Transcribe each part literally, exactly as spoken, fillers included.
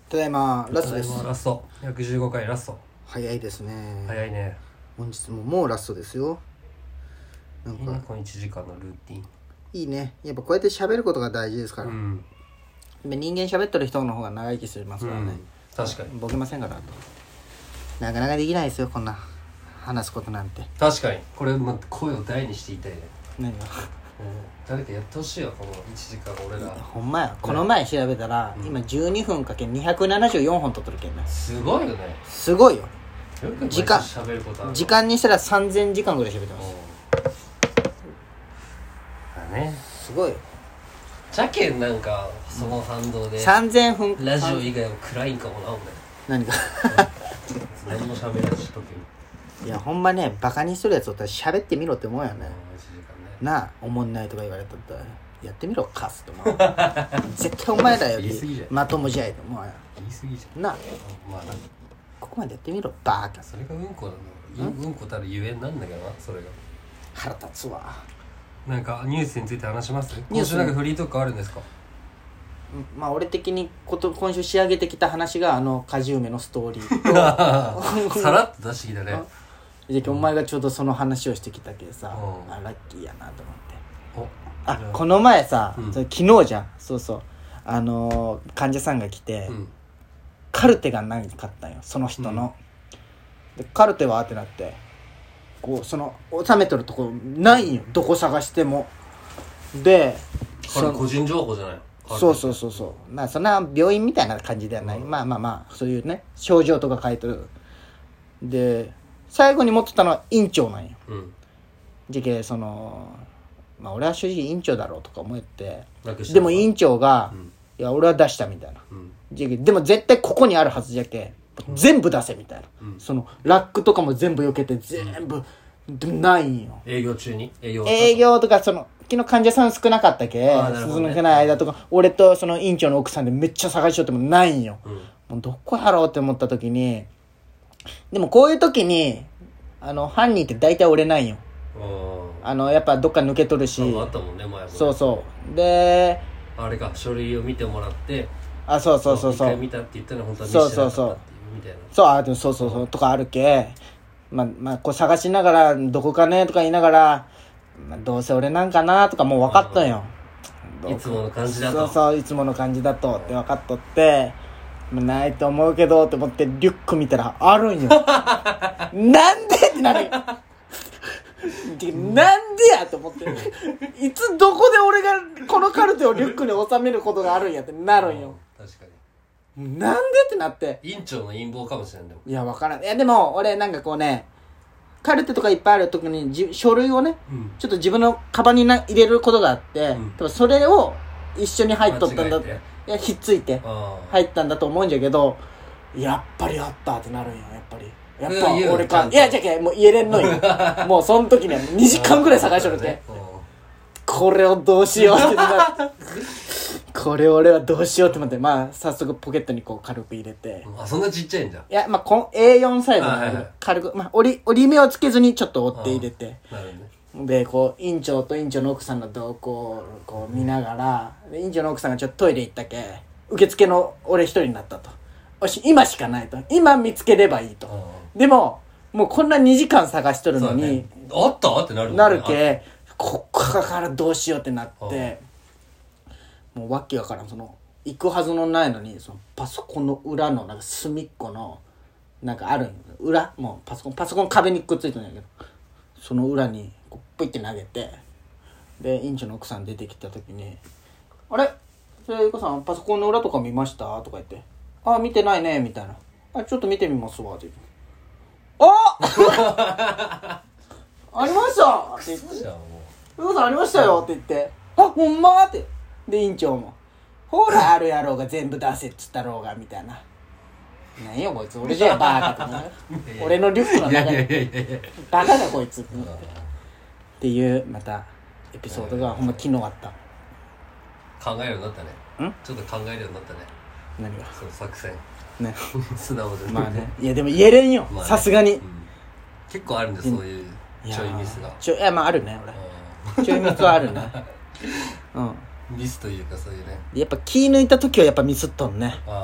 ただいまラストです。 ただいまラストひゃくじゅうごかいラスト。 早いですね。 早いね。 本日ももうラストですよ。なんかいいねこのいちじかんのルーティン。 いいね。やっぱこうやって喋ることが大事ですから、 うん、 で人間喋ってる人の方が長生きしますからね、 うん、確かにボケませんから。となかなかできないですよ、こんな話すことなんて。 確かにこれも声を大にして言いたいね。 何がうん、誰かやってほしいよこのいちじかん俺ら。 ほんまや。この前調べたら、 うん、 今じゅうにふんかけにひゃくななじゅうよんほん撮っとるけんね。 すごいよね。 すごいよ。 よく時間喋ることある。 時間にしたらさんぜんじかんぐらい喋ってます。 だね。 すごいよ。 じゃけんなんかその反動でさんぜんふんラジオ以外は暗いんかもな俺。 何が何も喋らしとけ。 いやほんまね、バカにしとるやつおったら喋ってみろって思うよね。 いちじかんね。 なあ、おもんないとか言われたらやってみろカスって思う絶対お前らより言い過ぎじゃんまともじゃいと思うよ言い過ぎじゃん。 なあ。 まあなここまでやってみろバカ。 それがうんこなの。うんうんこたるゆえんなんだけどなそれが。 腹立つわ。 なんかニュースについて話します？ ニュース今週なんかフリートークあるんですか？ まあ俺的にこと今週仕上げてきた話があの果汁梅のストーリーとさらっと出してきたね。 じゃお前がちょうどその話をしてきたけどさ、 うん、 あラッキーやなと思って。 おあこの前さ、 うん、 それ昨日じゃん。そうそう、あのー、患者さんが来て、うん、カルテがないかったんよその人の、うん、でカルテはってなってこうその収めとるとこないんよ、どこ探しても。でこれ個人情報じゃない？ そうそうそうそう、まあそんな病院みたいな感じではない、うん、まあまあまあそういうね症状とか書いてる。で最後に持ってたのは院長なんよ、うん、じけそのまあ俺は正直院長だろうとか思ってでも院長が、うん、いや俺は出したみたいな、うん、じけでも絶対ここにあるはずじゃけ、うん、全部出せみたいな、うん、そのラックとかも全部避けて全部、うん、ないんよ。 営業中に営業営業とかその昨日患者さん少なかったけ、少なくない間とか俺とその院長の奥さんでめっちゃ探しとってもないんよ、うん、もうどこやろうって思った時に、でもこういう時にあの犯人って大体俺ないんよ。あのやっぱどっか抜けとるし。 あったもんね前もね。 そうそうであれか書類を見てもらってあそうそうそうそう一回見たって言ったら本当は見せなかったっていうみたいな。 そうあでもそうそうそうとかあるけ、まあまあこう探しながらどこかねとか言いながら、まあ、どうせ俺なんかなとかもう分かったんよ。 いつもの感じだと。 そうそういつもの感じだとって分かっとって、まあ、ないと思うけどって思ってリュック見たらあるんよなんでってなるよなんでやと思っていつどこで俺がこのカルテをリュックに収めることがあるんやってなるんよ。 確かになんでってなって、 院長の陰謀かもしれん。でもいや分からん。いやでも俺なんかこうねカルテとかいっぱいある時にじ書類をね、うん、ちょっと自分のカバンにな入れることがあって、うん、多分それを一緒に入っとったんだ。いやひっついて入ったんだと思うんじゃけど、やっぱりあったってなるんよ。やっぱりやっぱ俺かいやじゃけもう言えれんのよもうその時にはにじかんぐらい探しとるけこれをどうしようってなこれ俺はどうしようって思って、まあ早速ポケットにこう軽く入れて。 あそんなちっちゃいんじゃん。いやまあこの エーよん サイズの、はいはい、軽くまあ折り折り目をつけずにちょっと折って入れて、なるほどね。でこう院長と院長の奥さんの動向をこう見ながら、うん、院長の奥さんがちょっとトイレ行ったけ受付の俺一人になったと。よし今しかないと、今見つければいいと、うん、でももうこんなにじかん探しとるのに、ね、 あったってなるもんね。 なるけこっからどうしようってなって、もうわけわからん。その行くはずのないのにそのパソコンの裏のなんか隅っこのなんかあるん裏もうパソコンパソコン壁にくっついてるんやけど、その裏にこうプイって投げて、で院長の奥さん出てきた時にあれそれゆかさんパソコンの裏とか見ましたとか言って、あ見てないねみたいな、あちょっと見てみますわって言って、あありましたって言って、ゆかさんありましたよって言って、あほんまってで院長もほらあるやろうが全部出せっつったろうがみたいな、なんよこいつ俺じゃバーカと思う俺のリュックの中にバカだこいつって思ってっていうまたエピソードがほんま昨日あった。 考えるようになったね。 んちょっと考えるようになったね。 何がその作戦ね素直でまあね。いやでも言えれんよさすがに、うん、 結構あるんだそういうちょいミスが。 ちょいやまああるね俺ちょいミスはあるねうんミスというかそういうね、 やっぱ気抜いた時はやっぱミスっとんね。 あ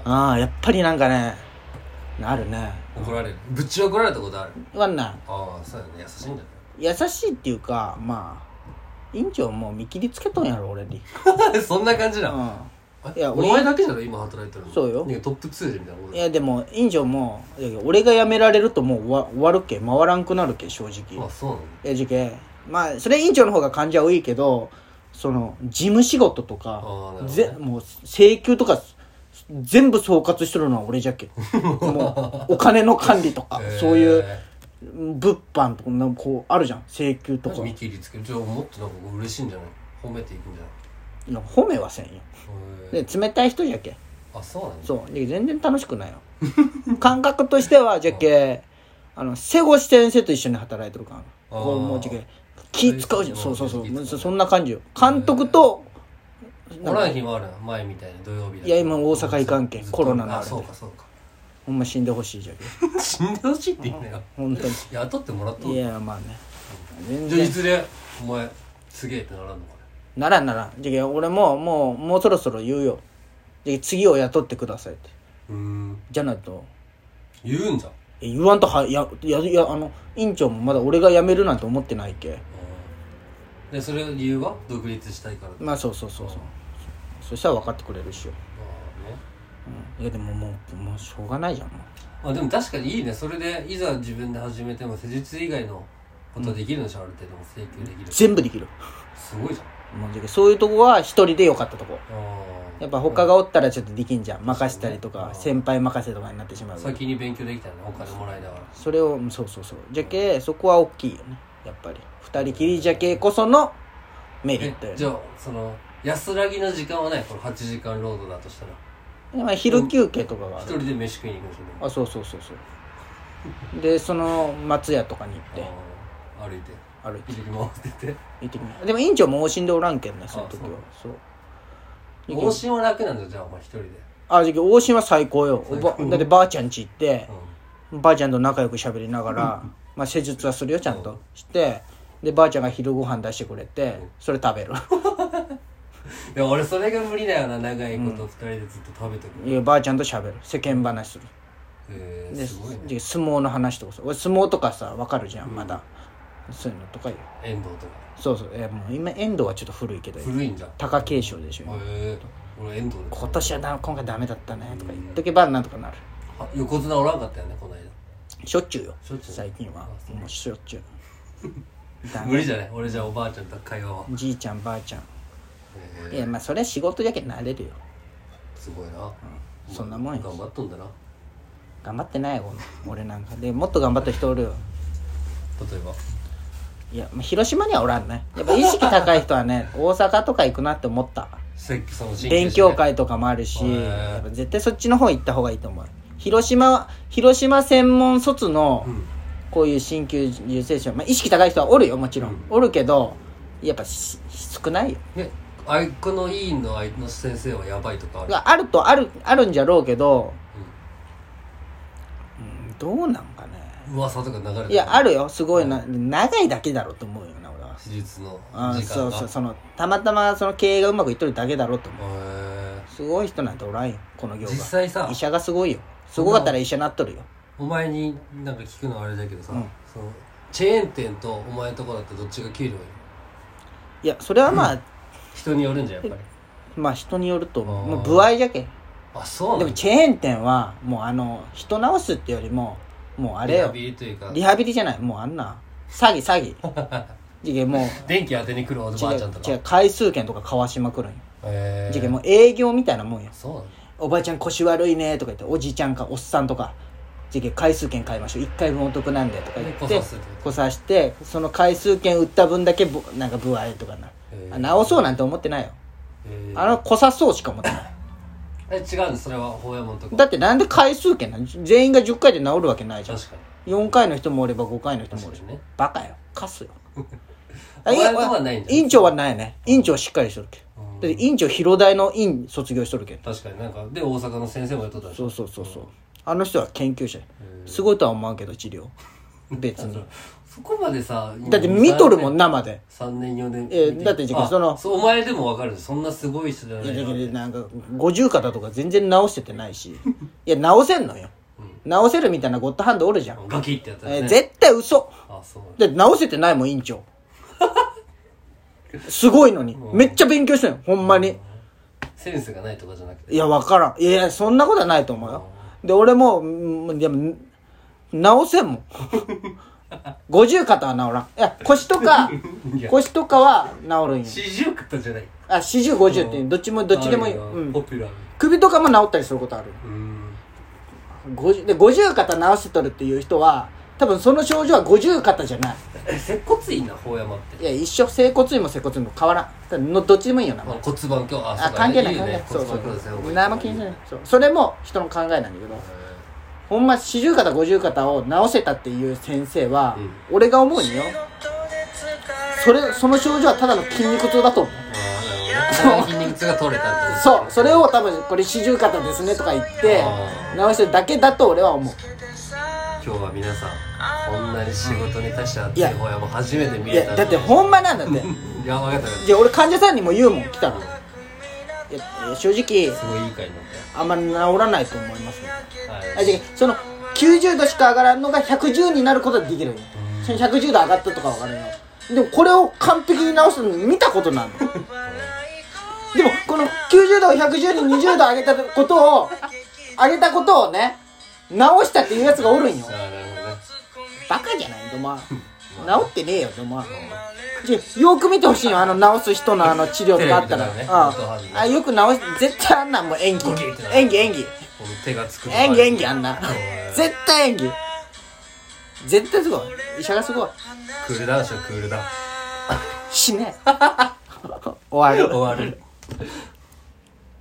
ああやっぱりなんかねあるね。 怒られる。ぶち怒られたことある？ 言わんな。 ああそうだね、優しいんだね。 優しいっていうかまあ院長もう見切りつけとんやろ俺にそんな感じなの？うん、いやお前だけじゃない今働いてるの。 そうよ。 トップツーでみたいなこと。 いやでも院長も俺が辞められるともう終 わ, 終わるけ回らんくなるけ正直。 あそうなの。 いやじけまあそれ院長の方が患者多いけどその事務仕事とか、ね、ぜもう請求とか全部総括してるのは俺じゃけもうお金の管理とかそういう物販とかなんかこうあるじゃん請求とか。 見切りつける。じゃあもっとなんか嬉しいんじゃない？褒めていくんじゃない？ いや褒めはせんよ。で冷たい人じゃけ。 あそうなんだ。 そうで全然楽しくないよ感覚としてはじゃけあの瀬越先生と一緒に働いてるからこうもうじゃけ気使うじゃん。そうそうそうそんな感じよ。監督とおらん日もある前みたいな土曜日だ。 いや今大阪行かんけんコロナのあれで。 そうかそうか。 ほんま死んでほしいじゃけ死んでほしいって言うねよ本当に雇ってもらっとる。 いやまあね全然じゃあいずれお前すげえってならんのかね。 ならんならんじゃけ俺ももうもうそろそろ言うよじゃけ次を雇ってくださいって。 うーんじゃないと言うんじゃん。 え言わんとはいやいやいやあの院長もまだ俺が辞めるなんて思ってないけ。 でそれ理由は独立したいから。 まあそうそうそうそうそしたら分かってくれるしよ。 ああね、 うん、いやでももうもうしょうがないじゃんもう。 あでも確かにいいね。それでいざ自分で始めても施術以外のことできるのでしょ、うん、ある程度も請求できる。 全部できる。 すごいじゃん。 もうじゃそういうとこは一人でよかったとこ。 あやっぱ他がおったらちょっとできんじゃん。任せたりとか先輩任せとかになってしまう。 先に勉強できたらねお金もらいながら。 それをそうそうそうじゃけそこは大きいよねやっぱり。二人きりじゃけこそのメリットよね。 じゃあその安らぎの時間はないこのはちじかん労働だとしたら。 まあ昼休憩とかがある。 一人で飯食いに行くんですよね。 あそうそうそうそうでその松屋とかに行って歩いて歩いて行ってきますって言って行ってきます。でも院長も往診でおらんけんねその時は。そう往診は楽なんだ。じゃあお前一人で。 あじゃ往診は最高よ。おばだってばあちゃん家行って、うん、ばあちゃんと仲良く喋りながらまあ施術はするよちゃんと、うん、してでばあちゃんが昼ご飯出してくれて、うん、それ食べるいや俺それが無理だよな。長いこと二人でずっと食べてくる、 うん、いやばあちゃんと喋る世間話する。 へえですごいね。 で相撲の話とかさ俺相撲とかさ分かるじゃん、うん、まだそういうのとかよ。 遠藤とか。 そうそういやもう今遠藤はちょっと古いけど古いんじゃん。 貴景勝でしょ。 へえ俺遠藤で今年はだ今回ダメだったねとか言っとけばなんとかなる。 横綱おらんかったよねこの間。 しょっちゅうよしょっちゅう最近はもうしょっちゅう無理じゃない俺じゃあおばあちゃんと会話は。 じいちゃんばあちゃんいやまあそれは仕事じゃけん慣れるよ。 すごいな、 うん、そんなもんよ。 頑張っとんだな。 頑張ってないよ俺なんかでもっと頑張った人おるよ。 例えばいや、まあ、広島にはおらんね。やっぱ意識高い人はね大阪とか行くなって思った。 その勉強会とかもあるしやっぱ絶対そっちの方行った方がいいと思う。広島広島専門卒のこういう鍼灸受精師は、まあ、意識高い人はおるよもちろん、うん、おるけどやっぱ少ないよ。 ねあいこの医院のあいの先生はやばいとかある。 あるとあるあるんじゃろうけど、うんうん、どうなんかね。 噂とか流れてる。 いやあるよすごいな、うん、長いだけだろうと思うよな俺は。 手術の時間が。そうそうそのたまたまその経営がうまくいっとるだけだろうと思う。へすごい人なんておらんよこの業界。 実際さ医者がすごいよ。すごかったら医者なっとるよ。 お前になんか聞くのはあれだけどさ、うん、そのチェーン店とお前のとこだってどっちが給料いい？ いやそれはまあ、うん、 人によるんじゃんやっぱり。まあ人によると思う。もう歩合じゃけん。 あそうなんだ。 でもチェーン店はもうあの人直すってよりももうあれよリハビリというかリハビリじゃないもうあんな詐欺詐欺じけもう電気当てに来るおばあちゃんとか違う回数券とか交わしまくるんよ。 へえじけもう営業みたいなもんや。 そうなんだ。 おばあちゃん腰悪いねとか言っておじいちゃんかおっさんとかじけ回数券買いましょういっかいぶんお得なんでとか言ってこさしてその回数券売った分だけぼなんか歩合とかなあ直そうなんて思ってないよ。あのこさそうしか思ってないえ違うんですそれは法山のとこ。 だってなんで回数券なの全員がじゅっかいで治るわけないじゃん。 確かによんかいの人もおればごかいの人もおる、 ね、 バカよカスよお前のとこはないんじゃん。 院長はないね。院長はしっかりしとるけん、うん、だって院長広大の院卒業しとるけん。 確かになんかで大阪の先生もやっとったでしょ。 そうそうそうそう、うん、あの人は研究者すごいとは思うけど治療別にそこまでさだって見とるもん生でさんねんよねんえだってそのそうお前でも分かるそんなすごい人じゃないいやだけどなんか五十肩とか全然直しててないしいや直せんのよ、うん、直せるみたいなゴッドハンドおるじゃんガキってやつだね、 え絶対嘘あそうだって直せてないもん院長すごいのに、うん、めっちゃ勉強してんのほんまに、うん、 センスがないとかじゃなくていや分からんいやそんなことはないと思うよ、うん、で俺もでも直せんもん五十肩は治らんいや腰とか腰とかは治るんよ四十肩じゃないあ四十五十ってどっちもどっちでもいい、うん、 ポピュラー首とかも治ったりすることあるうんごじゅうで五十肩治してとるっていう人は多分その症状は五十肩じゃないえ接骨院な法山っていや一緒整骨院も接骨院も変わらんだのどっちでもいいよな、 まあ、骨盤鏡ああ関係ない関係ないそうそう何も気にしないそうそれも人の考えなんだけどほんま四十肩五十肩を治せたっていう先生は、うん、俺が思うによそれその症状はただの筋肉痛だと思うあ筋肉痛が取れたってそうそれを多分これ四十肩ですねとか言って治してるだけだと俺は思う今日は皆さんこんなに仕事に対して熱い方やも初めて見れたいやだってほんまなんだっていや分かったじゃあ俺患者さんにも言うもん来たらいや正直すごいいい回になってあんま治らないと思いますね、はい、じゃそのきゅうじゅうどしか上がらんのがひゃくじゅうになることはできるよそのひゃくじゅうど上がったとか分からんよでもこれを完璧に直すの見たことないのでもこのきゅうじゅうどをひゃくじゅうににじゅうど上げたことを上げたことをね直したっていうやつがおるんよバカじゃないとまあ治ってねえよとまあよく見てほしいよあの治す人のあの治療とかあったら、ね、ああよく治し絶対あんなんもう演技演技演技手がつく演技演技あんな絶対演技絶対すごい医者がすごいクールダウンしようクールダウン死ね終わる終わる